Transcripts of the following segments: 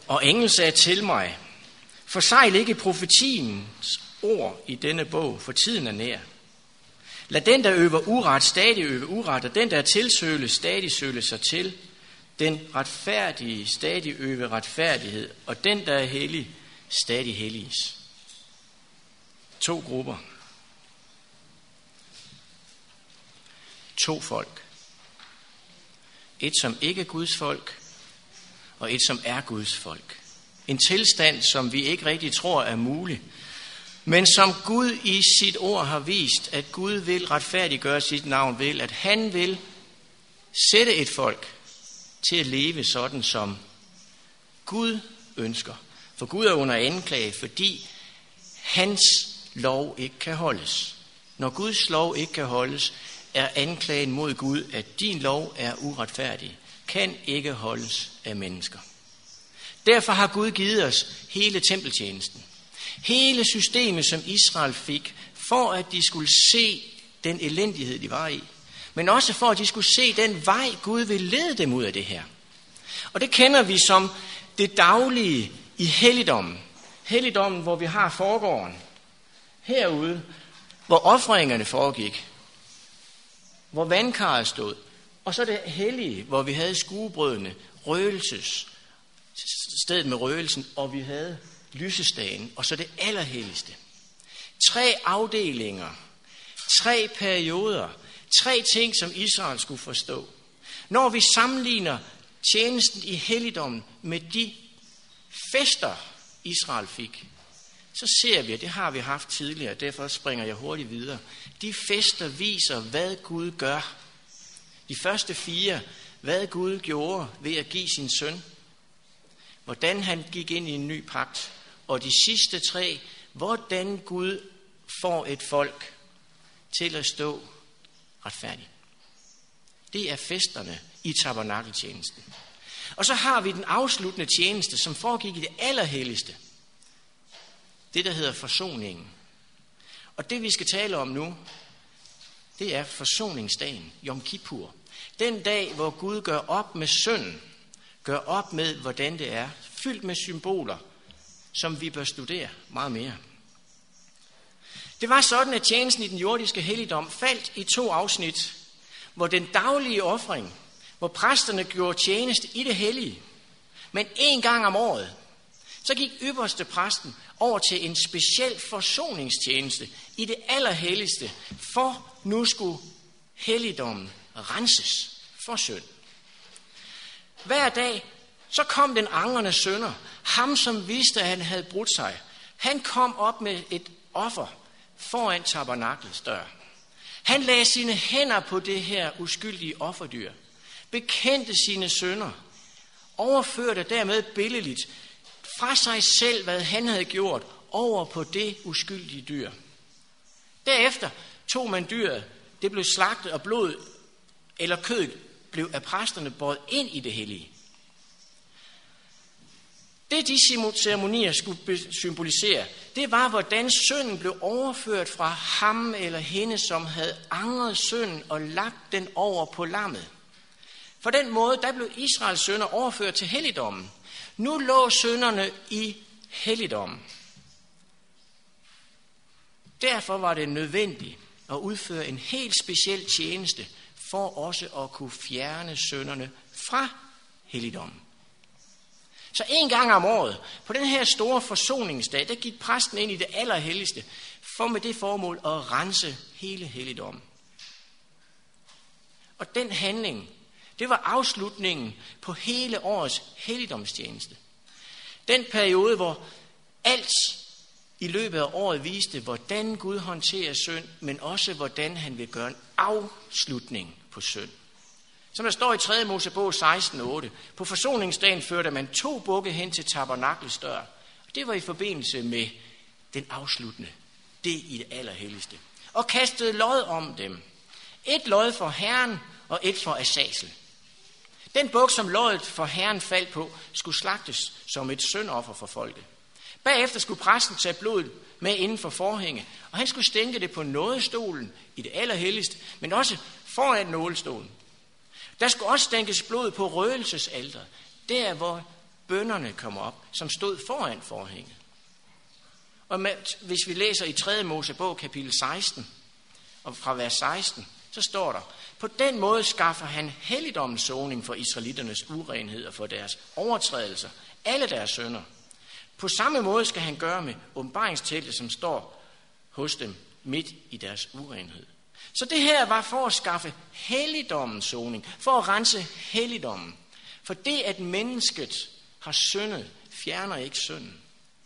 Og engel sagde til mig, forsejl ikke profetiens ord i denne bog, for tiden er nær. Lad den, der øver uret, stadig øve uret, og den, der er tilsølet, stadig søle sig til. Den retfærdige stadig øve retfærdighed, og den, der er hellig, stadig helliges. 2 grupper. 2 folk. Et, som ikke er Guds folk, og et, som er Guds folk. En tilstand, som vi ikke rigtig tror er mulig, men som Gud i sit ord har vist, at Gud vil retfærdiggøre sit navn, vil, at han vil sætte et folk til at leve sådan, som Gud ønsker. For Gud er under anklage, fordi hans lov ikke kan holdes. Når Guds lov ikke kan holdes, er anklagen mod Gud, at din lov er uretfærdig, kan ikke holdes af mennesker. Derfor har Gud givet os hele tempeltjenesten. Hele systemet, som Israel fik, for at de skulle se den elendighed, de var i. Men også for at de skulle se den vej, Gud vil lede dem ud af det her. Og det kender vi som det daglige i helligdommen. Helligdommen, hvor vi har forgården. Herude, hvor ofringerne foregik. Hvor vandkarret stod. Og så det hellige, hvor vi havde skuebrødene, stedet med røgelsen, og vi havde lysestagen, og så det allerhelligste. 3 afdelinger, 3 perioder, 3 ting, som Israel skulle forstå. Når vi sammenligner tjenesten i helligdommen med de fester, Israel fik, så ser vi, at det har vi haft tidligere, derfor springer jeg hurtigt videre. De fester viser, hvad Gud gør. De første 4, hvad Gud gjorde ved at give sin søn, hvordan han gik ind i en ny pagt, og de sidste 3, hvordan Gud får et folk til at stå retfærdigt. Det er festerne i tabernakeltjenesten. Og så har vi den afsluttende tjeneste, som foregik i det allerhelligste. Det, der hedder forsoningen. Og det, vi skal tale om nu, det er forsoningsdagen, Yom Kippur. Den dag, hvor Gud gør op med synden, gør op med, hvordan det er, fyldt med symboler, som vi bør studere meget mere. Det var sådan, at tjenesten i den jordiske helligdom faldt i 2 afsnit, hvor den daglige ofring, hvor præsterne gjorde tjeneste i det hellige, men 1 gang om året, så gik ypperste præsten over til en speciel forsoningstjeneste i det allerhelligste, for nu skulle helligdommen renses for synd. Hver dag, så kom den angrende synder, ham som vidste, at han havde brudt sig. Han kom op med et offer foran tabernaklets dør. Han lagde sine hænder på det her uskyldige offerdyr, bekendte sine synder, overførte dermed billedligt fra sig selv, hvad han havde gjort, over på det uskyldige dyr. Derefter tog man dyret, det blev slagtet, og blod eller kød blev af præsterne båret ind i det hellige. Det de ceremonier skulle symbolisere, det var, hvordan synden blev overført fra ham eller hende, som havde angret synden og lagt den over på lammet. På den måde, der blev Israels synder overført til helligdommen. Nu lå synderne i helligdommen. Derfor var det nødvendigt at udføre en helt speciel tjeneste, for også at kunne fjerne synderne fra helligdommen. Så 1 gang om året, på den her store forsoningsdag, der gik præsten ind i det allerhelligste, for med det formål at rense hele helligdommen. Og den handling, det var afslutningen på hele årets helligdomstjeneste. Den periode, hvor alt i løbet af året viste, hvordan Gud håndterer synd, men også hvordan han vil gøre en afslutning på synd. Som der står i 3. Mosebog 16:8. På forsoningsdagen førte man 2 bukke hen til tabernaklets dør. Det var i forbindelse med den afsluttende, det i det allerhelligste. Og kastede lod om dem. 1 lod for Herren og 1 for Azazel. Den buk, som loddet for Herren faldt på, skulle slagtes som et syndoffer for folket. Bagefter skulle præsten tage blodet med inden for forhænge, og han skulle stænke det på nådestolen i det allerhelligste, men også foran nålestolen. Der skulle også stænkes blod på røgelsesalteret, der hvor bønnerne kom op, som stod foran forhænget. Og hvis vi læser i 3. Mosebog kapitel 16, og fra vers 16, så står der, på den måde skaffer han helligdommens soning for israeliternes urenhed og for deres overtrædelser, alle deres synder. På samme måde skal han gøre med åbenbaringsteltet, som står hos dem midt i deres urenhed. Så det her var for at skaffe helligdommens soning, for at rense helligdommen. For det, at mennesket har syndet, fjerner ikke synden.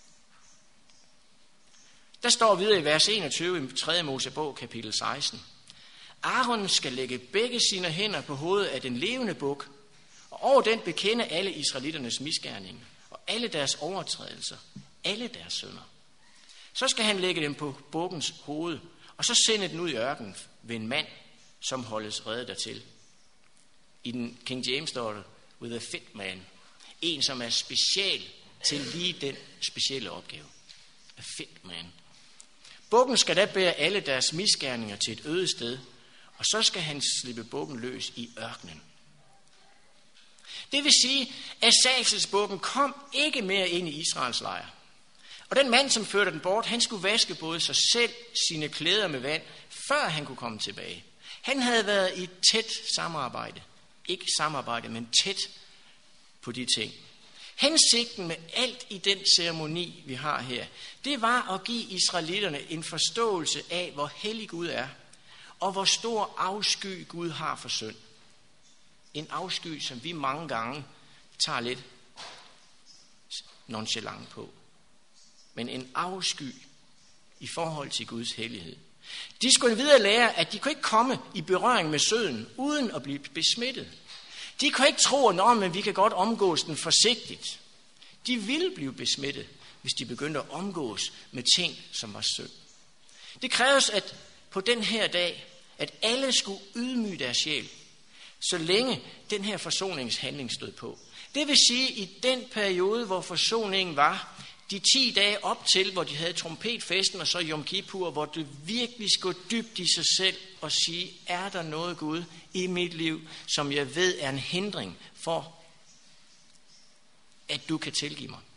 Der står videre i vers 21 i 3. Mosebog kapitel 16. Aaron skal lægge begge sine hænder på hovedet af den levende buk, og over den bekende alle israeliternes misgerninger, og alle deres overtrædelser, alle deres synder. Så skal han lægge dem på bukkens hoved, og så sende den ud i ørkenen ved en mand, som holdes reddet dertil. I den King James står det, with a fit man. En, som er special til lige den specielle opgave. A fit man. Bukken skal da bære alle deres misgerninger til et øde sted, og så skal han slippe bukken løs i ørkenen. Det vil sige, at Asaselsbukken kom ikke mere ind i Israels lejr. Og den mand, som førte den bort, han skulle vaske både sig selv, sine klæder med vand, før han kunne komme tilbage. Han havde været i et tæt samarbejde. Ikke samarbejde, men tæt på de ting. Hensigten med alt i den ceremoni, vi har her, det var at give israelitterne en forståelse af, hvor hellig Gud er, og hvor stor afsky Gud har for synd. En afsky, som vi mange gange tager lidt nonchalant på. Men en afsky i forhold til Guds hellighed. De skulle videre lære, at de kunne ikke komme i berøring med synden, uden at blive besmittet. De kunne ikke tro, at vi kan godt omgås den forsigtigt. De ville blive besmittet, hvis de begyndte at omgås med ting, som var synd. Det kræves, at på den her dag, at alle skulle ydmyge deres sjæl, så længe den her forsoningshandling stod på. Det vil sige, i den periode, hvor forsoningen var, de 10 dage op til, hvor de havde trompetfesten, og så Yom Kippur, hvor det virkelig skulle dybt i sig selv og sige, er der noget, Gud, i mit liv, som jeg ved er en hindring for, at du kan tilgive mig.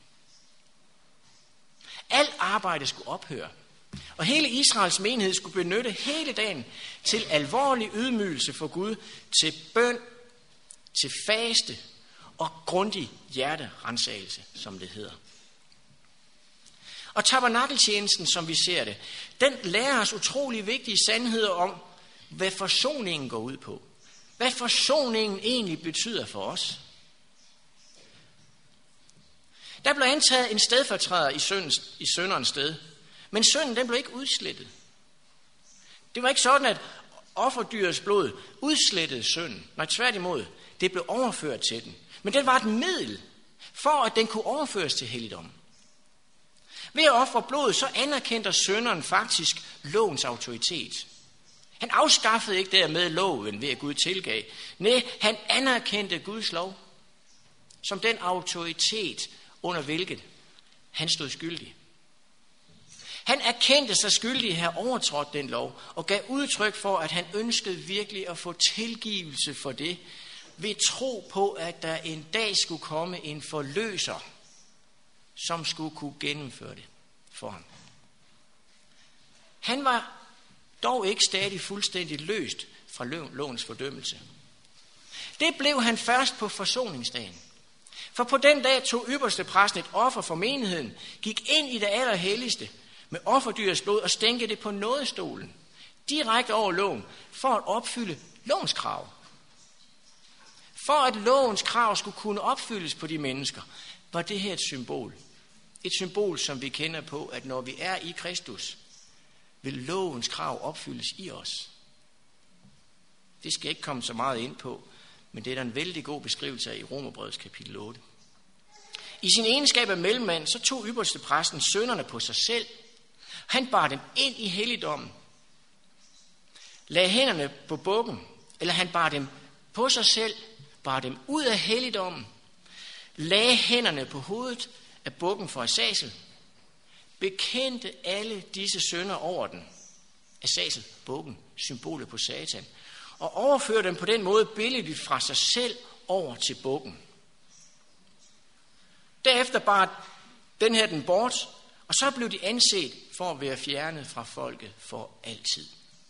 Alt arbejde skulle ophøre, og hele Israels menighed skulle benytte hele dagen til alvorlig ydmygelse for Gud, til bøn, til faste og grundig hjerterensagelse, som det hedder. Og tabernakeltjenesten, som vi ser det, den lærer os utrolig vigtige sandheder om, hvad forsoningen går ud på. Hvad forsoningen egentlig betyder for os. Der blev antaget en stedfortræder i synderens sted, men synden den blev ikke udslettet. Det var ikke sådan, at offerdyrets blod udslettede synden. Nej, tværtimod, det blev overført til den. Men det var et middel, for at den kunne overføres til helligdommen. Ved at ofre blod, så anerkendte synderen faktisk lovens autoritet. Han afskaffede ikke dermed loven ved at Gud tilgav. Nej, han anerkendte Guds lov som den autoritet, under hvilket han stod skyldig. Han erkendte sig skyldig at have overtrådt den lov, og gav udtryk for, at han ønskede virkelig at få tilgivelse for det, ved tro på, at der en dag skulle komme en forløser, som skulle kunne gennemføre det for ham. Han var dog ikke stadig fuldstændig løst fra lovens fordømmelse. Det blev han først på forsoningsdagen. For på den dag tog ypperstepræsten et offer for menigheden, gik ind i det allerhelligste med offerdyrets blod og stænkede det på nådestolen, direkte over loven, for at opfylde lovens krav. For at lovens krav skulle kunne opfyldes på de mennesker, var det her et symbol. Et symbol, som vi kender på, at når vi er i Kristus, vil lovens krav opfyldes i os. Det skal jeg ikke komme så meget ind på, men det er der en vældig god beskrivelse af i Romerbrevets kapitel 8. I sin egenskab af mellemmand, så tog ypperstepræsten synderne på sig selv. Han bar dem ind i helligdommen. Lagde hænderne på bukken, eller han bar dem på sig selv, bar dem ud af helligdommen. Lagde hænderne på hovedet af bukken for Asasel. Bekendte alle disse synder over den. Asasel, bukken, symbolet på Satan. Og overførte dem på den måde billedligt fra sig selv over til bukken. Derefter bar den her den bort, og så blev de anset for at være fjernet fra folket for altid.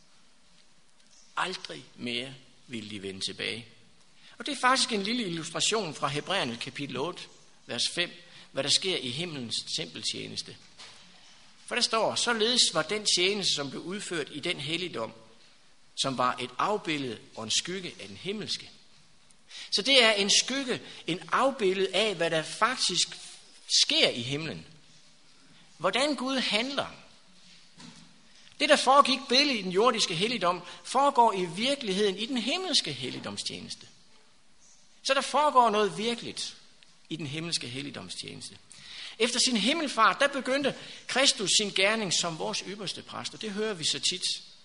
Aldrig mere ville de vende tilbage. Og det er faktisk en lille illustration fra Hebræerne kapitel 8, vers 5, hvad der sker i himlens tempeltjeneste. For der står, således var den tjeneste, som blev udført i den helligdom, som var et afbillede og en skygge af den himmelske. Så det er en skygge, en afbillede af, hvad der faktisk sker i himlen. Hvordan Gud handler. Det, der foregik billigt i den jordiske helligdom, foregår i virkeligheden i den himmelske helligdomstjeneste. Så der foregår noget virkeligt i den himmelske helligdomstjeneste. Efter sin himmelfart, der begyndte Kristus sin gerning som vores ypperste præst, og det hører vi så tit.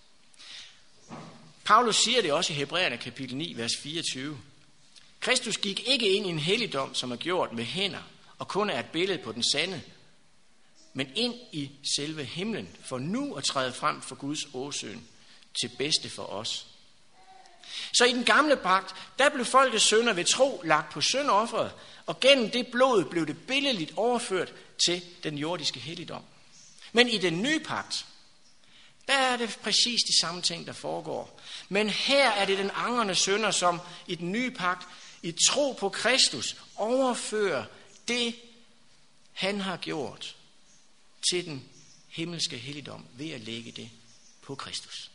Paulus siger det også i Hebræerne kapitel 9, vers 24. Kristus gik ikke ind i en helligdom, som er gjort med hænder, og kun er et billede på den sande, men ind i selve himlen, for nu at træde frem for Guds åsyn til bedste for os. Så i den gamle pagt, der blev folkets synder ved tro lagt på syndofferet, og gennem det blod blev det billedligt overført til den jordiske helligdom. Men i den nye pagt, der er det præcis de samme ting, der foregår. Men her er det den angrende synder, som i den nye pagt, i tro på Kristus, overfører det, han har gjort, til den himmelske helligdom ved at lægge det på Kristus.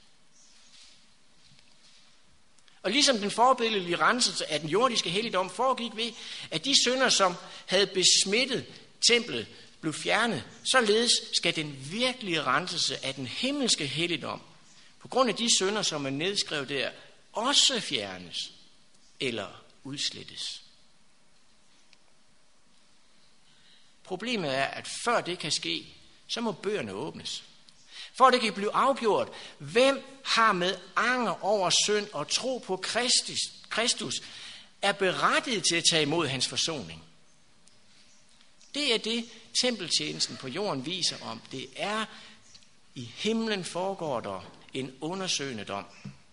Og ligesom den forbilledlige renselse af den jordiske helligdom foregik ved, at de synder, som havde besmittet templet, blev fjernet, således skal den virkelige renselse af den himmelske helligdom, på grund af de synder, som er nedskrevet der, også fjernes eller udslettes. Problemet er, at før det kan ske, så må bøgerne åbnes. For at det kan blive afgjort, hvem har med anger over synd og tro på Kristus, er berettiget til at tage imod hans forsoning. Det er det, tempeltjenesten på jorden viser om. Det er i himlen foregår der en undersøgende dom.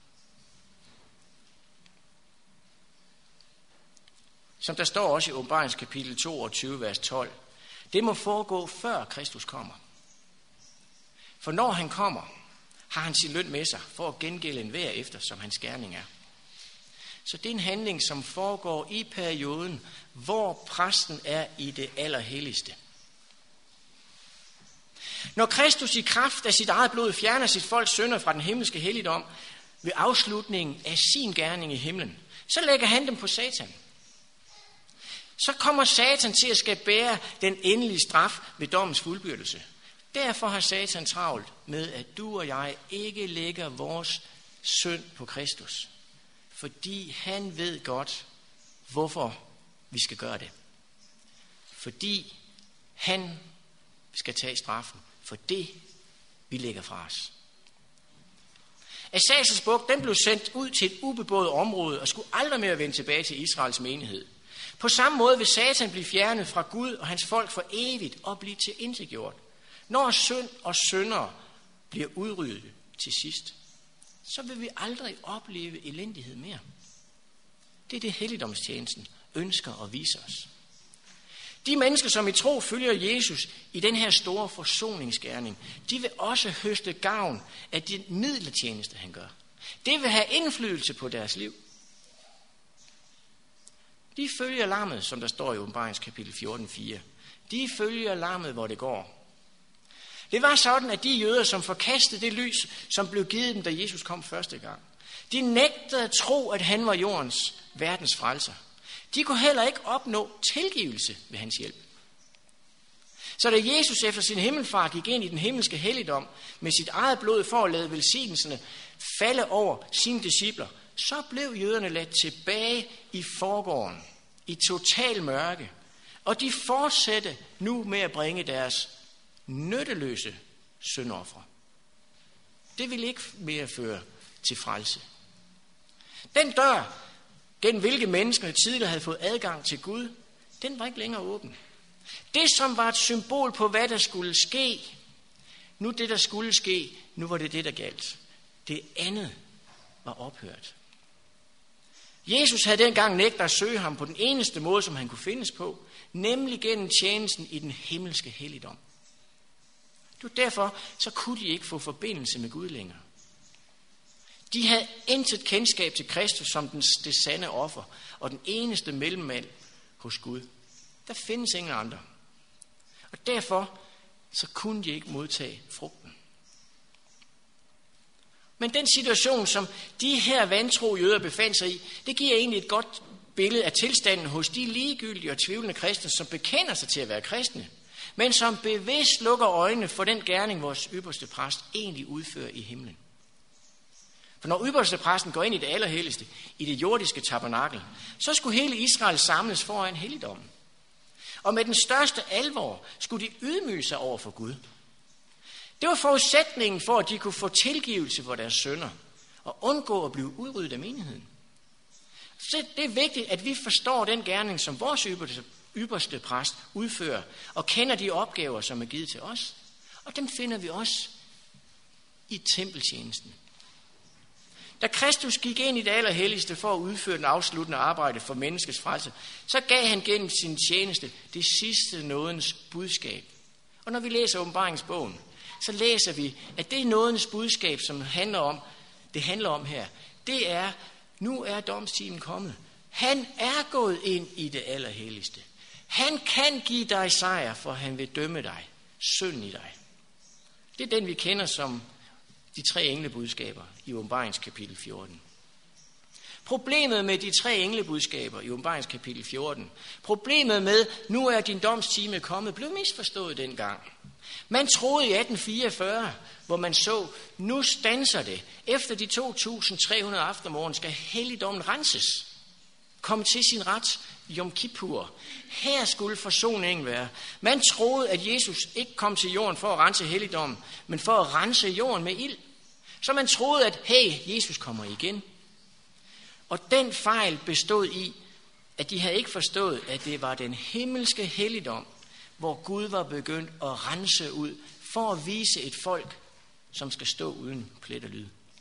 Som der står også i Åbenbaringens kapitel 22, vers 12. Det må foregå før Kristus kommer. For når han kommer, har han sin løn med sig for at gengælde enhver efter, som hans gerning er. Så det er en handling, som foregår i perioden, hvor præsten er i det allerhelligste. Når Kristus i kraft af sit eget blod fjerner sit folks synder fra den himmelske helligdom ved afslutningen af sin gerning i himlen, så lægger han dem på Satan. Så kommer Satan til at skal bære den endelige straf ved dommens fuldbyrdelse. Derfor har Satan travlt med, at du og jeg ikke lægger vores synd på Kristus. Fordi han ved godt, hvorfor vi skal gøre det. Fordi han skal tage straffen for det, vi lægger fra os. Assasers buk, den blev sendt ud til et ubeboet område og skulle aldrig mere vende tilbage til Israels menighed. På samme måde vil Satan blive fjernet fra Gud og hans folk for evigt og blive tilintetgjort. Når synd og syndere bliver udryddet til sidst, så vil vi aldrig opleve elendighed mere. Det er det, helligdomstjenesten ønsker at vise os. De mennesker, som i tro følger Jesus i den her store forsoningsgerning, de vil også høste gavn af den midlertjeneste, han gør. Det vil have indflydelse på deres liv. De følger lammet, som der står i Åbenbaringens kapitel 14:4. De følger lammet, hvor det går. Det var sådan, at de jøder, som forkastede det lys, som blev givet dem, da Jesus kom første gang, de nægtede at tro, at han var jordens, verdens frelser. De kunne heller ikke opnå tilgivelse ved hans hjælp. Så da Jesus efter sin himmelfart gik ind i den himmelske helligdom med sit eget blod for at lade velsignelserne falde over sine discipler, så blev jøderne ladt tilbage i forgården, i total mørke, og de fortsatte nu med at bringe deres nytteløse syndofre. Det ville ikke mere føre til frelse. Den dør, gennem hvilke mennesker tidligere havde fået adgang til Gud, den var ikke længere åben. Det, som var et symbol på, hvad der skulle ske, nu det, der skulle ske, nu var det det, der galt. Det andet var ophørt. Jesus havde dengang nægtet at søge ham på den eneste måde, som han kunne findes på, nemlig gennem tjenesten i den himmelske helligdom. Derfor så kunne de ikke få forbindelse med Gud længere. De havde intet kendskab til Kristus som det sande offer og den eneste mellemmand hos Gud. Der findes ingen andre. Og derfor så kunne de ikke modtage frugten. Men den situation, som de her vantro jøder befandt sig i, det giver egentlig et godt billede af tilstanden hos de ligegyldige og tvivlende kristne, som bekender sig til at være kristne, men som bevidst lukker øjnene for den gerning, vores ypperste præst egentlig udfører i himlen. For når ypperste præsten går ind i det allerhelligste, i det jordiske tabernakel, så skulle hele Israel samles foran helligdommen. Og med den største alvor skulle de ydmyge sig over for Gud. Det var forudsætningen for, at de kunne få tilgivelse for deres synder og undgå at blive udryddet af menigheden. Så det er vigtigt, at vi forstår den gerning, som vores ypperste præst udfører, og kender de opgaver, som er givet til os. Og dem finder vi også i tempeltjenesten. Da Kristus gik ind i det allerhelligste for at udføre den afsluttende arbejde for menneskets frelse, så gav han gennem sin tjeneste det sidste nådens budskab. Og når vi læser åbenbaringsbogen, så læser vi, at det nådens budskab, som det handler om her, det er, nu er domstimen kommet. Han er gået ind i det allerhelligste. Han kan give dig sejr, for han vil dømme dig, synd i dig. Det er den, vi kender som de 3 englebudskaber i åbenbaringskapitel 14. Problemet med de 3 englebudskaber i åbenbaringskapitel 14, problemet med, nu er din domstime kommet, blev misforstået dengang. Man troede i 1844, hvor man så, nu standser det. Efter de 2.300 aftenmorgen skal helligdommen renses. Komme til sin ret, Yom Kippur. Her skulle forsoningen være. Man troede, at Jesus ikke kom til jorden for at rense helligdommen, men for at rense jorden med ild. Så man troede, at Jesus kommer igen. Og den fejl bestod i, at de havde ikke forstået, at det var den himmelske helligdom, hvor Gud var begyndt at rense ud, for at vise et folk, som skal stå uden plet og lyd.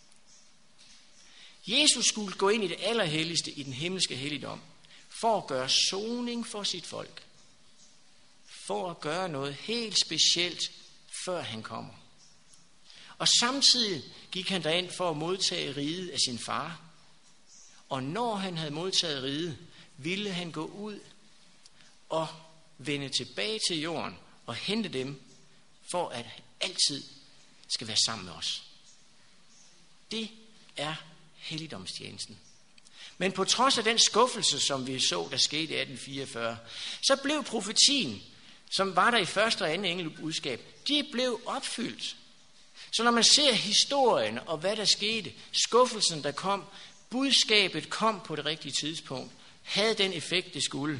Jesus skulle gå ind i det allerhelligste i den himmelske helligdom, for at gøre soning for sit folk. For at gøre noget helt specielt, før han kommer. Og samtidig gik han derind for at modtage riget af sin far. Og når han havde modtaget riget, ville han gå ud og vende tilbage til jorden og hente dem, for at altid skal være sammen med os. Det er helligdomstjenesten. Men på trods af den skuffelse, som vi så, der skete i 1844, så blev profetien, som var der i første og anden englebudskab, de blev opfyldt. Så når man ser historien og hvad der skete, skuffelsen der kom, budskabet kom på det rigtige tidspunkt, havde den effekt, det skulle.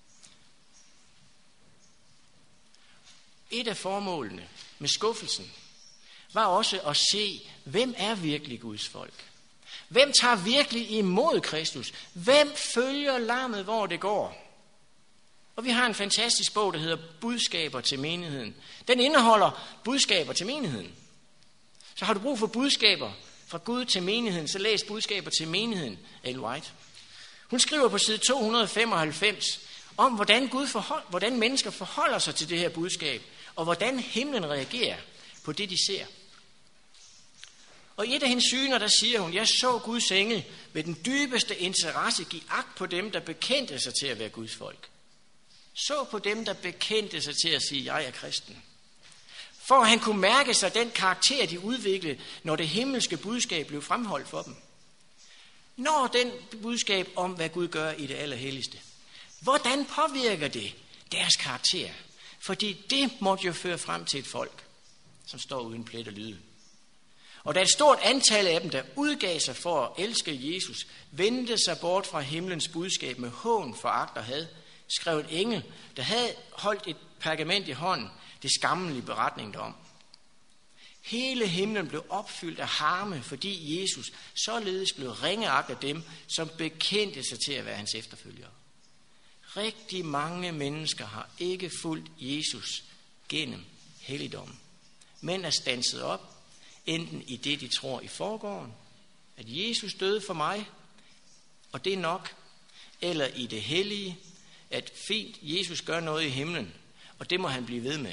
Et af formålene med skuffelsen var også at se, hvem er virkelig Guds folk? Hvem tager virkelig imod Kristus? Hvem følger lammet, hvor det går? Og vi har en fantastisk bog, der hedder Budskaber til menigheden. Den indeholder budskaber til menigheden. Så har du brug for budskaber fra Gud til menigheden, så læs Budskaber til menigheden af Ellen White. Hun skriver på side 295 om, hvordan mennesker forholder sig til det her budskab, og hvordan himlen reagerer på det, de ser. Og i et af hendes syner, der siger hun, jeg så Guds engel med den dybeste interesse give agt på dem, der bekendte sig til at være Guds folk. Så på dem, der bekendte sig til at sige, jeg er kristen. For at han kunne mærke sig den karakter, de udviklede, når det himmelske budskab blev fremholdt for dem. Når den budskab om, hvad Gud gør i det allerhelligste. Hvordan påvirker det deres karakter? Fordi det måtte jo føre frem til et folk, som står uden plet og lyd. Og da et stort antal af dem, der udgav sig for at elske Jesus, vendte sig bort fra himlens budskab med hån, foragt og had, skrev en engel, der havde holdt et pergament i hånden, det skammelige beretning derom. Hele himlen blev opfyldt af harme, fordi Jesus således blev ringeagt af dem, som bekendte sig til at være hans efterfølgere. Rigtig mange mennesker har ikke fulgt Jesus gennem helligdommen, men er standset op, enten i det, de tror i forgården, at Jesus døde for mig, og det er nok, eller i det hellige, at fint, Jesus gør noget i himlen, og det må han blive ved med.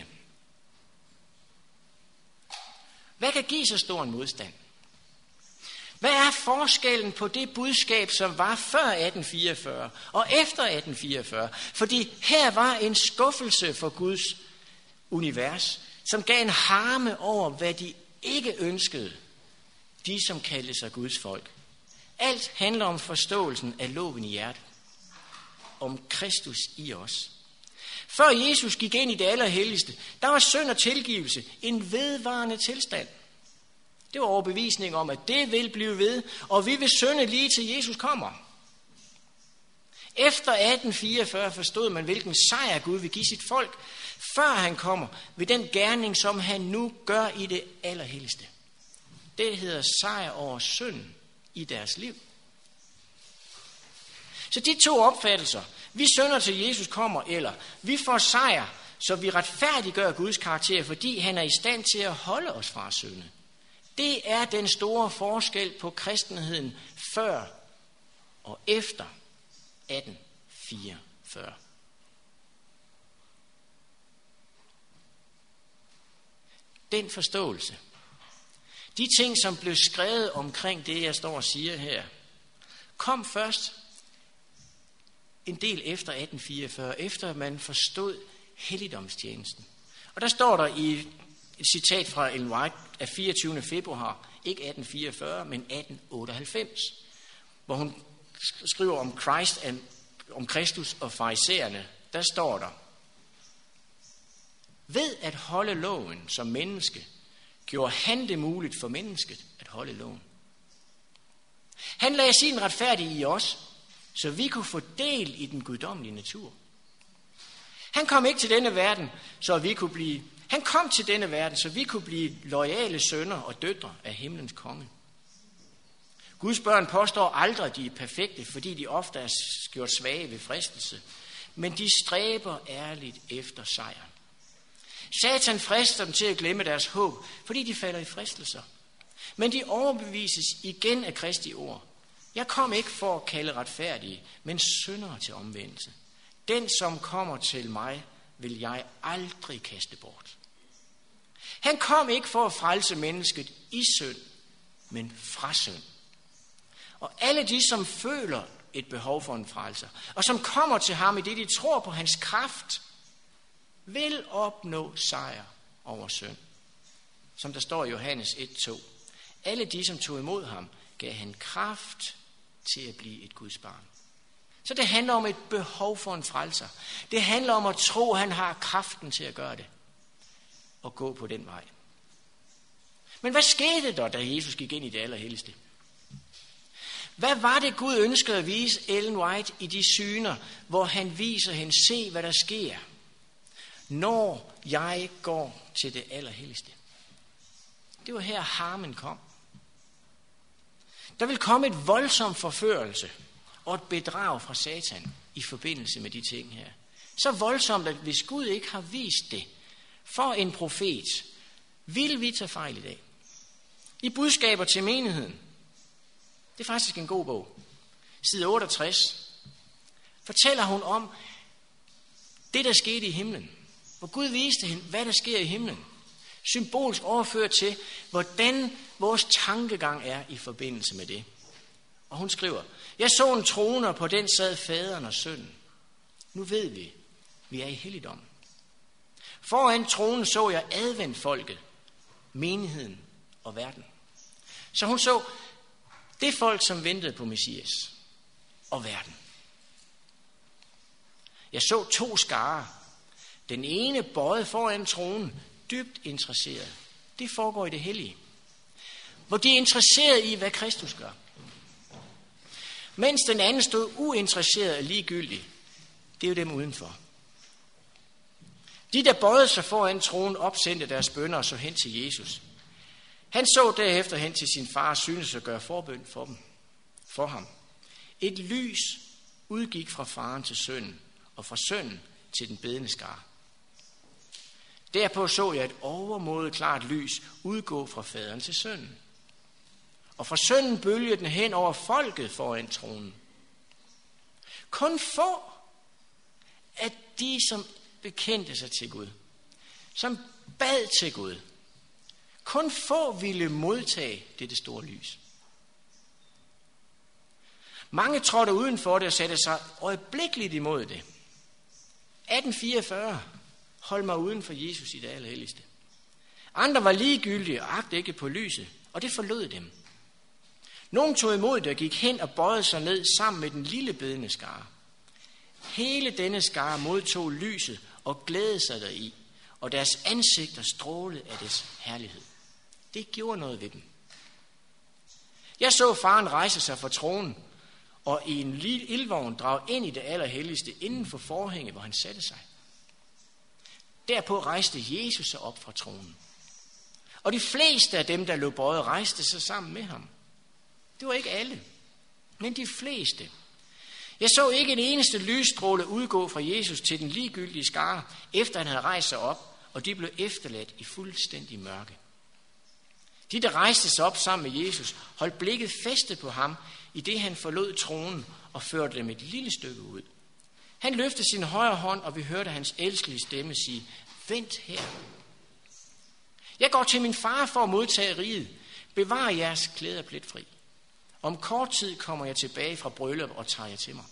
Hvad kan give så stor en modstand? Hvad er forskellen på det budskab, som var før 1844 og efter 1844? Fordi her var en skuffelse for Guds univers, som gav en harme over, hvad de ikke ønskede, de som kaldte sig Guds folk. Alt handler om forståelsen af loven i hjertet, om Kristus i os. Før Jesus gik ind i det allerhelligste, der var synd og tilgivelse en vedvarende tilstand. Det var overbevisning om, at det vil blive ved, og vi vil synde lige til Jesus kommer. Efter 1844 forstod man, hvilken sejr Gud vil give sit folk, før han kommer ved den gerning, som han nu gør i det allerhelligste. Det hedder sejr over synden i deres liv. Så de to opfattelser, vi synder til Jesus kommer, eller vi får sejr, så vi retfærdiggør Guds karakter, fordi han er i stand til at holde os fra at synde. Det er den store forskel på kristenheden før og efter 1844. Den forståelse, de ting, som blev skrevet omkring det, jeg står og siger her, kom først en del efter 1844, efter man forstod helligdomstjenesten. Og der står der i et citat fra Ellen White af 24. februar, ikke 1844, men 1898, hvor hun skriver om Kristus og farisæerne. Der står der: ved at holde loven som menneske, gjorde han det muligt for mennesket at holde loven. Han lagde sin retfærdighed i os, så vi kunne få del i den guddommelige natur. Han kom ikke til denne verden, så vi kunne blive Han kom til denne verden, så vi kunne blive loyale sønner og døtre af himlens konge. Guds børn påstår aldrig, at de er perfekte, fordi de ofte er gjort svage ved fristelse. Men de stræber ærligt efter sejren. Satan frister dem til at glemme deres håb, fordi de falder i fristelser. Men de overbevises igen af Kristi ord. Jeg kom ikke for at kalde retfærdige, men syndere til omvendelse. Den, som kommer til mig, vil jeg aldrig kaste bort. Han kom ikke for at frelse mennesket i synd, men fra synd. Og alle de, som føler et behov for en frelser, og som kommer til ham i det, de tror på hans kraft, vil opnå sejr over synd. Som der står i Johannes 1:2. Alle de, som tog imod ham, gav han kraft til at blive et Guds barn. Så det handler om et behov for en frelser. Det handler om at tro, at han har kraften til at gøre det. Og gå på den vej. Men hvad skete der, da Jesus gik ind i det allerhelligste? Hvad var det, Gud ønskede at vise Ellen White i de syner, hvor han viser hende, se hvad der sker, når jeg går til det allerhelligste? Det var her harmen kom. Der vil komme et voldsom forførelse og et bedrag fra Satan i forbindelse med de ting her. Så voldsomt, at hvis Gud ikke har vist det for en profet, vil vi tage fejl i dag. I budskaber til menigheden. Det er faktisk en god bog. Side 68 fortæller hun om det, der skete i himlen. Hvor Gud viste hende, hvad der sker i himlen. Symbolsk overført til, hvordan vores tankegang er i forbindelse med det. Og hun skriver: jeg så en trone, og på den sad faderen og sønnen. Nu ved vi er i helligdom. Foran tronen så jeg adventfolket, menigheden og verden. Så hun så det folk, som ventede på Messias og verden. Jeg så to skarer. Den ene bøjet foran tronen, dybt interesseret. Det foregår i det hellige. Hvor de er interesseret i, hvad Kristus gør. Mens den anden stod uinteresseret og ligegyldig. Det er jo dem udenfor. De, der bøjede sig foran tronen, opsendte deres bønner og så hen til Jesus. Han så derefter hen til sin far og syntes at gøre forbøn for ham. Et lys udgik fra faren til sønnen, og fra sønnen til den bedende skare. Derpå så jeg et overmåde klart lys udgå fra faderen til sønnen. Og fra sønnen bølgede den hen over folket foran tronen. Kun få af de, som bekendte sig til Gud, som bad til Gud, kun få ville modtage dette store lys. Mange trådte udenfor det og satte sig øjeblikkeligt imod det. 1844 holdt mig uden for Jesus i det allerhelligste. Andre var ligegyldige og agtede ikke på lyset, og det forlod dem. Nogle tog imod det og gik hen og bøjede sig ned sammen med den lille bedende skare. Hele denne skare modtog lyset og glædede sig deri, og deres ansigter strålede af dets herlighed. Det gjorde noget ved dem. Jeg så faren rejse sig fra tronen, og i en lille ildvogn drage ind i det allerhelligste inden for forhænget, hvor han satte sig. Derpå rejste Jesus sig op fra tronen. Og de fleste af dem, der lå bøjet, rejste sig sammen med ham. Det var ikke alle, men de fleste. Jeg så ikke en eneste lysstråle udgå fra Jesus til den ligegyldige skare, efter han havde rejst sig op, og de blev efterladt i fuldstændig mørke. De, der rejste sig op sammen med Jesus, holdt blikket festet på ham, i det han forlod tronen og førte dem et lille stykke ud. Han løftede sin højre hånd, og vi hørte hans elskelige stemme sige, vent her. Jeg går til min far for at modtage riget. Bevar jeres klæder pletfri. Om kort tid kommer jeg tilbage fra bryllup og tager jer til mig.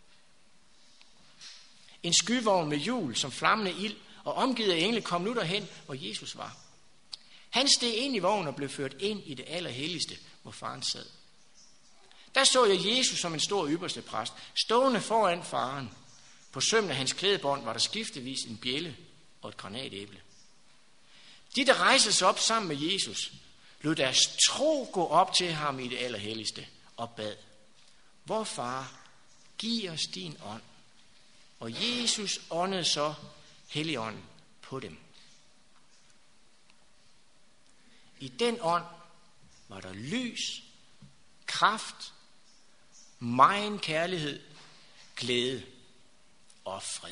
En skyvogn med hjul som flammende ild og omgivet af engle kom nu derhen, hvor Jesus var. Han steg ind i vognen og blev ført ind i det allerhelligste, hvor faren sad. Der så jeg Jesus som en stor ypperste præst, stående foran faren. På sømmen af hans klædebånd var der skiftevis en bjælde og et granatæble. De, der rejste sig op sammen med Jesus, lod deres tro gå op til ham i det allerhelligste og bad, vor far, giv os din ånd. Og Jesus åndede så Helligånden på dem. I den ånd var der lys, kraft, megen kærlighed, glæde og fred.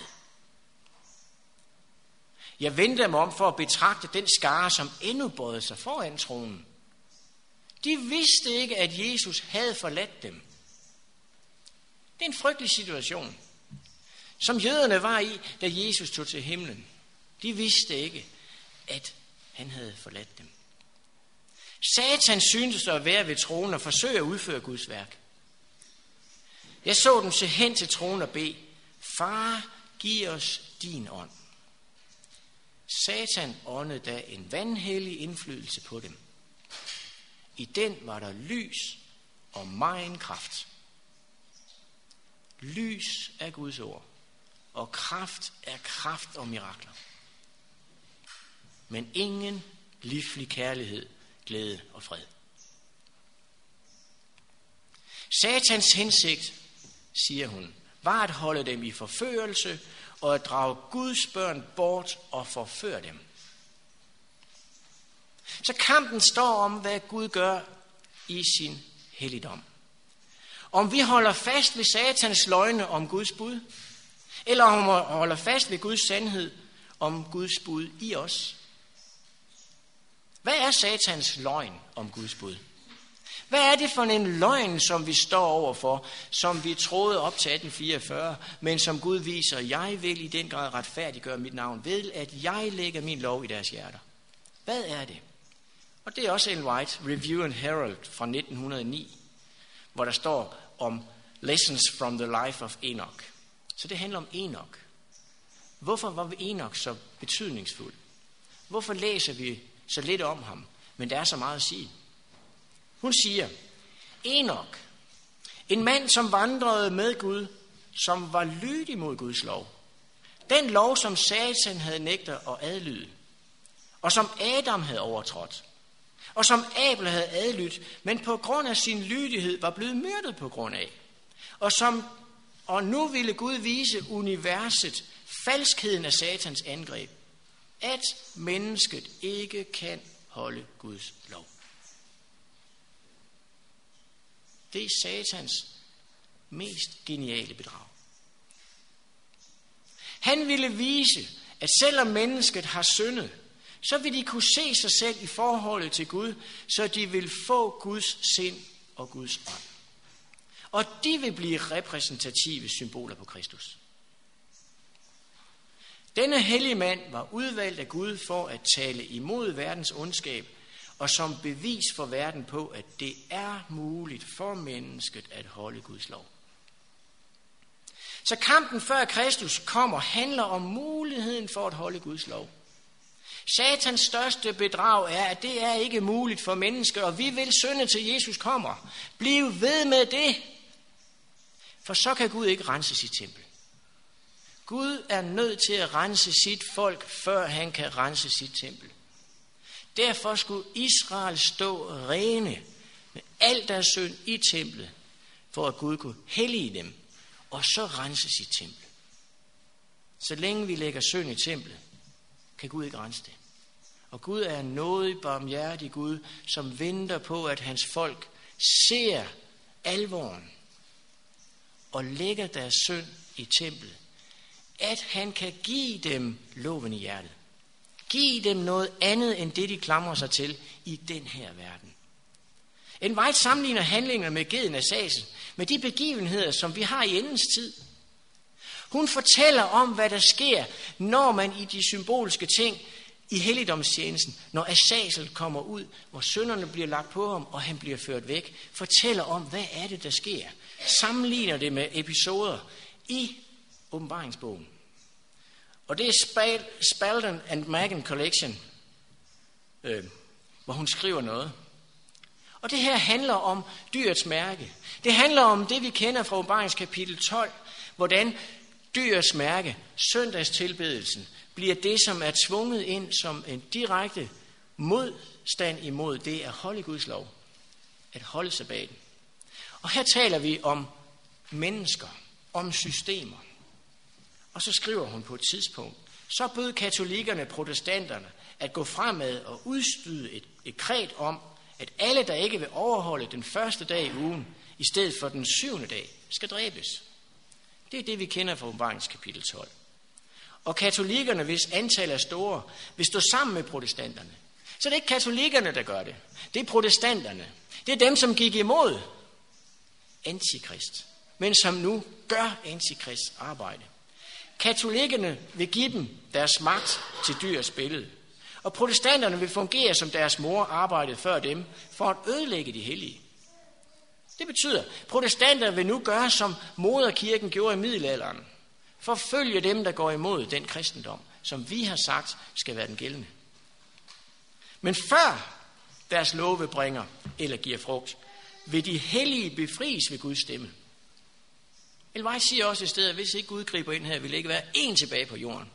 Jeg vendte mig om for at betragte den skare, som endnu bøjede sig foran tronen. De vidste ikke, at Jesus havde forladt dem. Det er en frygtelig situation, som jøderne var i, da Jesus tog til himlen. De vidste ikke, at han havde forladt dem. Satan syntes at være ved tronen og forsøge at udføre Guds værk. Jeg så dem se hen til tronen og bede, far, giv os din ånd. Satan åndede da en vanhellig indflydelse på dem. I den var der lys og megen kraft. Lys er Guds ord, og kraft er kraft og mirakler. Men ingen livlig kærlighed, glæde og fred. Satans hensigt, siger hun, var at holde dem i forførelse og at drage Guds børn bort og forføre dem. Så kampen står om, hvad Gud gør i sin helligdom. Om vi holder fast ved Satans løgne om Guds bud, eller om vi holder fast ved Guds sandhed om Guds bud i os. Hvad er Satans løgn om Guds bud? Hvad er det for en løgn, som vi står overfor, som vi troede op til 1844, men som Gud viser, jeg vil i den grad retfærdiggøre mit navn ved, at jeg lægger min lov i deres hjerter? Hvad er det? Og det er også Ellen White, Review and Herald fra 1909, hvor der står om Lessons from the Life of Enoch. Så det handler om Enoch. Hvorfor var Enoch så betydningsfuld? Hvorfor læser vi så lidt om ham, men der er så meget at sige? Hun siger, Enoch, en mand, som vandrede med Gud, som var lydig mod Guds lov. Den lov, som Satan havde nægtet at adlyde, og som Adam havde overtrådt, og som Abel havde adlydt, men på grund af sin lydighed var blevet myrdet på grund af. Og nu ville Gud vise universet falskheden af Satans angreb, at mennesket ikke kan holde Guds lov. Det er Satans mest geniale bedrag. Han ville vise, at selvom mennesket har syndet, så vil de kunne se sig selv i forholdet til Gud, så de vil få Guds sind og Guds ånd. Og de vil blive repræsentative symboler på Kristus. Denne hellige mand var udvalgt af Gud for at tale imod verdens ondskab, og som bevis for verden på, at det er muligt for mennesket at holde Guds lov. Så kampen før Kristus kommer handler om muligheden for at holde Guds lov. Satans største bedrag er, at det er ikke muligt for mennesker, og vi vil synde til Jesus kommer. Bliv ved med det, for så kan Gud ikke rense sit tempel. Gud er nødt til at rense sit folk, før han kan rense sit tempel. Derfor skulle Israel stå rene med al deres synd i templet, for at Gud kunne hellige dem, og så rense sit tempel. Så længe vi lægger synd i templet, kan Gud ikke rense det. Og Gud er en nådig, barmhjertig Gud, som venter på, at hans folk ser alvoren og lægger deres synd i templet. At han kan give dem loven i hjertet. Giv dem noget andet end det, de klamrer sig til i den her verden. En White sammenligner handlingerne med geden af Sasen, med de begivenheder, som vi har i endens tid. Hun fortæller om, hvad der sker, når man i de symbolske ting i helligdomstjenesten, når Azazel kommer ud, hvor synderne bliver lagt på ham, og han bliver ført væk, fortæller om, hvad er det, der sker. Sammenligner det med episoder i åbenbaringsbogen. Og det er Spalding and Magan Collection, hvor hun skriver noget. Og det her handler om dyrets mærke. Det handler om det, vi kender fra åbenbaringskapitel 12, hvordan dyrets mærke, søndagstilbedelsen, bliver det, som er tvunget ind som en direkte modstand imod det at holde Guds lov. At holde sabbaten. Og her taler vi om mennesker, om systemer. Og så skriver hun på et tidspunkt, så bød katolikkerne protestanterne at gå fremad og udstyde et dekret om, at alle, der ikke vil overholde den første dag i ugen, i stedet for den 7. dag, skal dræbes. Det er det, vi kender fra åbenbaringskapitel 12. Og katolikkerne, hvis antal er store, vil stå sammen med protestanterne. Så det er ikke katolikkerne, der gør det. Det er protestanterne. Det er dem, som gik imod antikrist, men som nu gør antikrist arbejde. Katolikkerne vil give dem deres magt til dyrets billede. Og protestanterne vil fungere som deres mor arbejdede før dem, for at ødelægge de hellige. Det betyder, at protestanterne vil nu gøre, som moderkirken gjorde i middelalderen. Forfølge dem, der går imod den kristendom, som vi har sagt skal være den gældende. Men før deres love bringer eller giver frugt, vil de hellige befries ved Guds stemme. Ellen White siger også i stedet, at hvis ikke Gud griber ind her, vil det ikke være én tilbage på jorden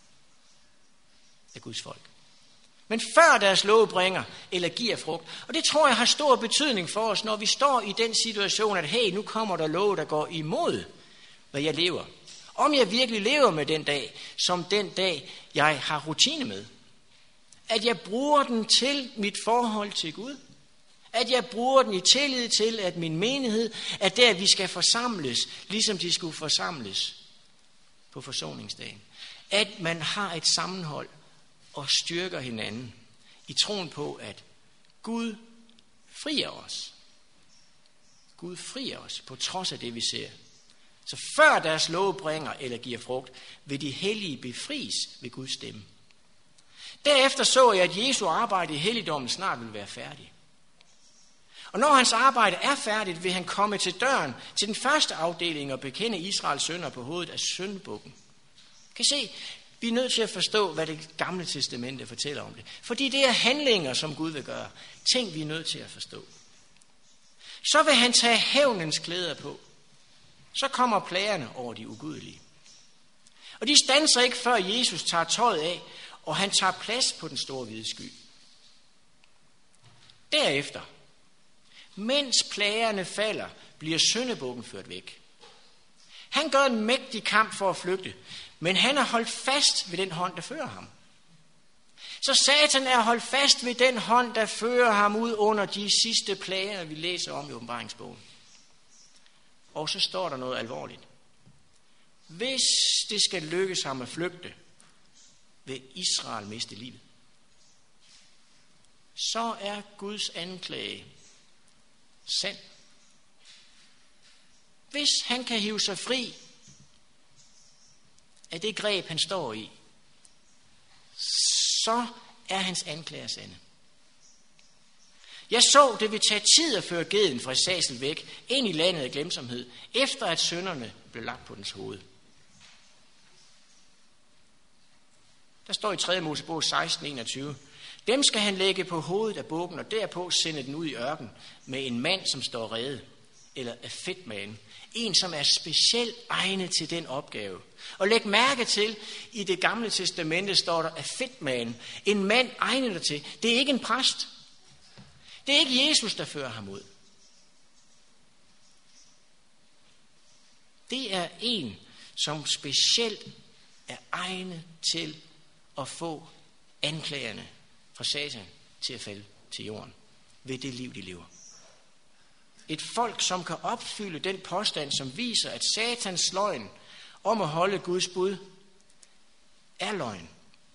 af Guds folk. Men før deres love bringer eller giver frugt. Og det tror jeg har stor betydning for os, når vi står i den situation, at hey, nu kommer der love, der går imod, hvad jeg lever. Om jeg virkelig lever med den dag, som den dag, jeg har rutine med. At jeg bruger den til mit forhold til Gud. At jeg bruger den i tillid til, at min menighed er der, vi skal forsamles, ligesom de skulle forsamles på forsoningsdagen. At man har et sammenhold og styrker hinanden i troen på, at Gud frier os. Gud frier os på trods af det, vi ser. Så før deres love bringer eller giver frugt, vil de hellige befries ved Guds stemme. Derefter så jeg, at Jesu arbejde i helligdommen snart vil være færdig. Og når hans arbejde er færdigt, vil han komme til døren til den første afdeling og bekende Israels synder på hovedet af syndebukken. Kan I se, vi er nødt til at forstå, hvad det gamle testamente fortæller om det. Fordi det er handlinger, som Gud vil gøre. Ting, vi er nødt til at forstå. Så vil han tage hævnens klæder på. Så kommer plagerne over de ugudelige. Og de standser ikke, før Jesus tager tøjet af, og han tager plads på den store hvide sky. Derefter, mens plagerne falder, bliver syndebukken ført væk. Han gør en mægtig kamp for at flygte, men han er holdt fast ved den hånd, der fører ham. Så Satan er holdt fast ved den hånd, der fører ham ud under de sidste plager, vi læser om i åbenbaringsbogen. Og så står der noget alvorligt. Hvis det skal lykkes ham at flygte, vil Israel miste livet. Så er Guds anklage sand. Hvis han kan hive sig fri af det greb, han står i, så er hans anklager sande. Jeg så, det vil tage tid at føre geden fra Sassel væk ind i landet af glemsomhed, efter at synderne blev lagt på dens hoved. Der står i 3. Mosebog 16:21. Dem skal han lægge på hovedet af bukken, og derpå sende den ud i ørken med en mand, som står rede, eller af fedtmagen. En, som er specielt egnet til den opgave. Og læg mærke til, i det gamle testamente står der af fedtmagen. En mand egnet der til. Det er ikke en præst. Det er ikke Jesus, der fører ham ud. Det er en, som specielt er egnet til at få anklagerne fra Satan til at falde til jorden ved det liv, de lever. Et folk, som kan opfylde den påstand, som viser, at Satans løgn om at holde Guds bud er løgn.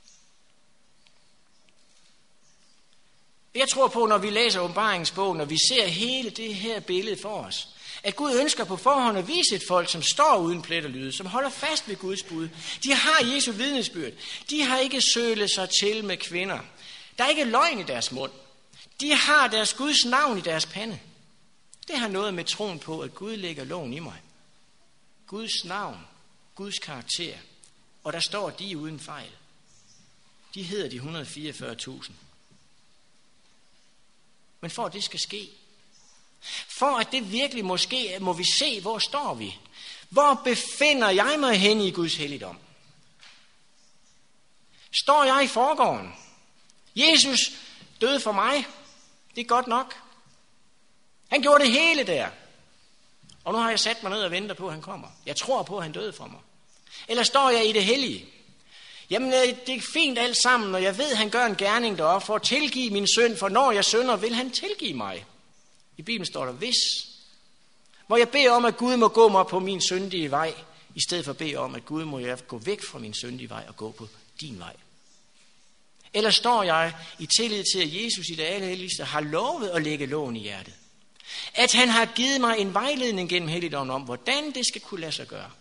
Jeg tror på, når vi læser åbenbaringsbogen, når vi ser hele det her billede for os, at Gud ønsker på forhånd at vise et folk, som står uden plet og lyde, som holder fast ved Guds bud. De har Jesu vidnesbyrd. De har ikke sølet sig til med kvinder. Der er ikke løgn i deres mund. De har deres Guds navn i deres pande. Det har noget med troen på, at Gud lægger loven i mig. Guds navn, Guds karakter. Og der står de uden fejl. De hedder de 144.000. Men for at det skal ske, for at det virkelig måske, må vi se, hvor står vi? Hvor befinder jeg mig hen i Guds helligdom? Står jeg i forgården? Jesus døde for mig. Det er godt nok. Han gjorde det hele der. Og nu har jeg sat mig ned og venter på, at han kommer. Jeg tror på, at han døde for mig. Eller står jeg i det hellige? Jamen, det er fint alt sammen, og jeg ved, at han gør en gerning deroppe for at tilgive min synd, for når jeg synder, vil han tilgive mig. I Bibelen står der, hvis. Hvor jeg beder om, at Gud må gå mig på min syndige vej, i stedet for at bede om, at Gud må jeg gå væk fra min syndige vej og gå på din vej. Eller står jeg i tillid til, at Jesus i det allerhelligste har lovet at lægge loven i hjertet? At han har givet mig en vejledning gennem helligdommen om, hvordan det skal kunne lade sig gøre.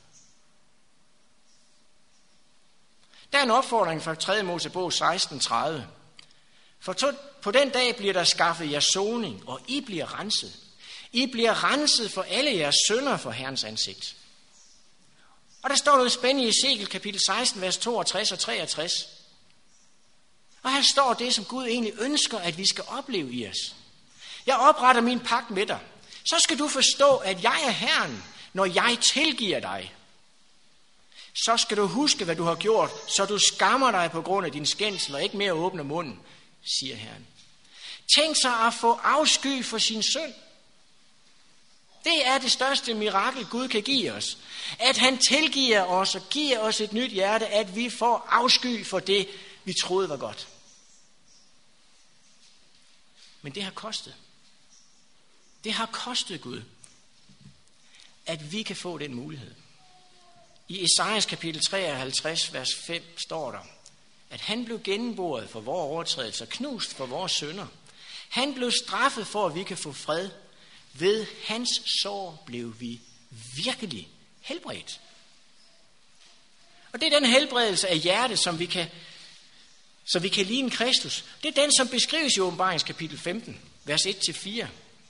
Der er en opfordring fra 3. Mosebog 16:30. For på den dag bliver der skaffet jer soning, og I bliver renset. I bliver renset for alle jeres synder for Herrens ansigt. Og der står noget spændende i Ezekiel kapitel 16, vers 62 og 63. Og her står det, som Gud egentlig ønsker, at vi skal opleve i os. Jeg opretter min pagt med dig. Så skal du forstå, at jeg er Herren, når jeg tilgiver dig. Så skal du huske, hvad du har gjort, så du skammer dig på grund af din skændsel og ikke mere åbner munden, siger Herren. Tænk sig at få afsky for sin synd. Det er det største mirakel, Gud kan give os. At han tilgiver os og giver os et nyt hjerte, at vi får afsky for det, vi troede var godt. Men det har kostet. Det har kostet Gud, at vi kan få den mulighed. I Esajas kapitel 53, vers 5 står der, at han blev gennemboret for vores overtrædelser, knust for vores synder. Han blev straffet for, at vi kan få fred. Ved hans sår blev vi virkelig helbredt. Og det er den helbredelse af hjertet, som vi kan ligne Kristus. Det er den, som beskrives i åbenbaringskapitel 15, vers 1-4.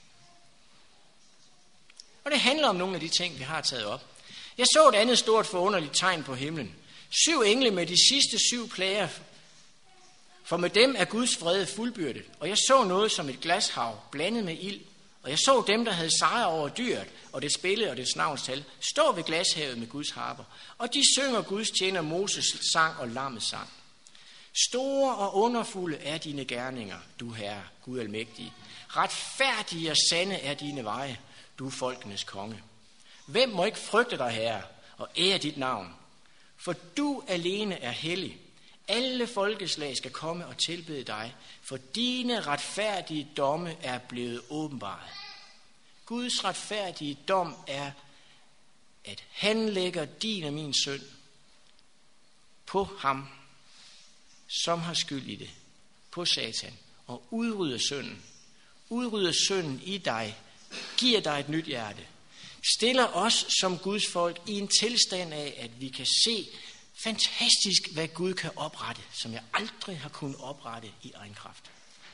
Og det handler om nogle af de ting, vi har taget op. Jeg så et andet stort forunderligt tegn på himlen. 7 engle med de sidste 7 plager, for med dem er Guds vrede fuldbyrdet. Og jeg så noget som et glashav blandet med ild. Og jeg så dem, der havde sejr over dyret og dets billede og dets navnstal, stå ved glashavet med Guds harper. Og de synger Guds tjener Moses sang og lammets sang. Store og underfulde er dine gerninger, du Herre, Gud almægtige. Retfærdige og sande er dine veje, du folkenes konge. Hvem må ikke frygte dig, Herre, og ære dit navn? For du alene er hellig. Alle folkeslag skal komme og tilbede dig, for dine retfærdige domme er blevet åbenbaret. Guds retfærdige dom er, at han lægger din og min synd på ham, som har skyld i det, på Satan, og udrydder synden. Udrydder synden i dig, giver dig et nyt hjerte. stiller os som Guds folk i en tilstand af, at vi kan se fantastisk, hvad Gud kan oprette, som jeg aldrig har kunnet oprette i egen kraft.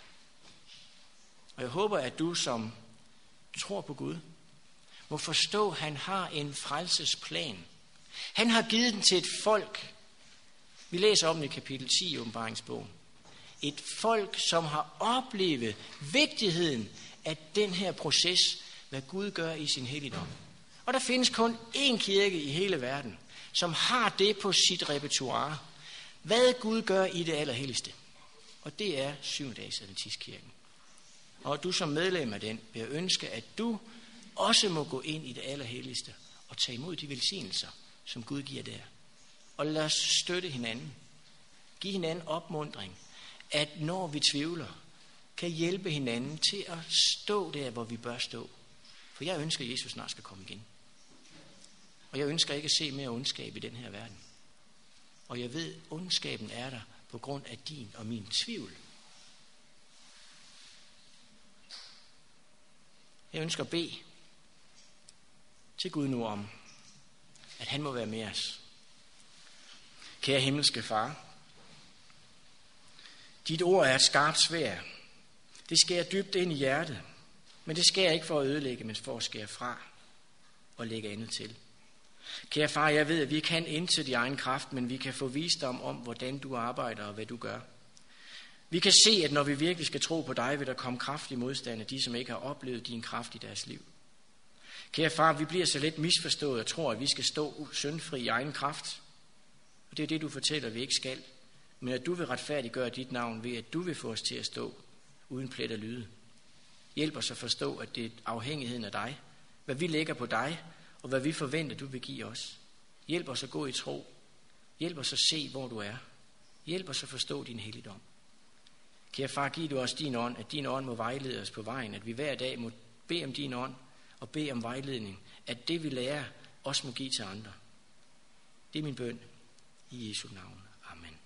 Og jeg håber, at du, som tror på Gud, må forstå, at han har en frelsesplan. Han har givet den til et folk. Vi læser om det i kapitel 10 i Åbenbaringsbogen. Et folk, som har oplevet vigtigheden af den her proces, hvad Gud gør i sin helligdom. Og der findes kun én kirke i hele verden, som har det på sit repertoire. Hvad Gud gør i det allerhelligste. Og det er 7-dages adventistkirken. Og du som medlem af den vil ønske, at du også må gå ind i det allerhelligste og tage imod de velsignelser, som Gud giver der. Og lad os støtte hinanden. Giv hinanden opmuntring, at når vi tvivler, kan hjælpe hinanden til at stå der, hvor vi bør stå. For jeg ønsker, at Jesus snart skal komme igen. Og jeg ønsker ikke at se mere ondskab i den her verden. Og jeg ved, at ondskaben er der på grund af din og min tvivl. Jeg ønsker at bede til Gud nu om, at han må være med os. Kære himmelske far, dit ord er et skarpt sværd. Det skærer dybt ind i hjertet, men det skærer ikke for at ødelægge, men for at skære fra og lægge andet til. Kære far, jeg ved, at vi kan intet i egen kraft, men vi kan få visdom om, hvordan du arbejder og hvad du gør. Vi kan se, at når vi virkelig skal tro på dig, vil der komme kraftig modstand af de, som ikke har oplevet din kraft i deres liv. Kære far, vi bliver så lidt misforstået og tror, at vi skal stå syndfri i egen kraft. Og det er det, du fortæller, vi ikke skal. Men at du vil retfærdiggøre dit navn ved, at du vil få os til at stå uden plet og lyde. Hjælp os at forstå, at det er afhængigheden af dig. Hvad vi lægger på dig, og hvad vi forventer, du vil give os. Hjælp os at gå i tro. Hjælp os at se, hvor du er. Hjælp os at forstå din helligdom. Kære far, giv du os din ånd, at din ånd må vejlede os på vejen, at vi hver dag må bede om din ånd og bede om vejledning, at det vi lærer, også må give til andre. Det er min bøn i Jesu navn. Amen.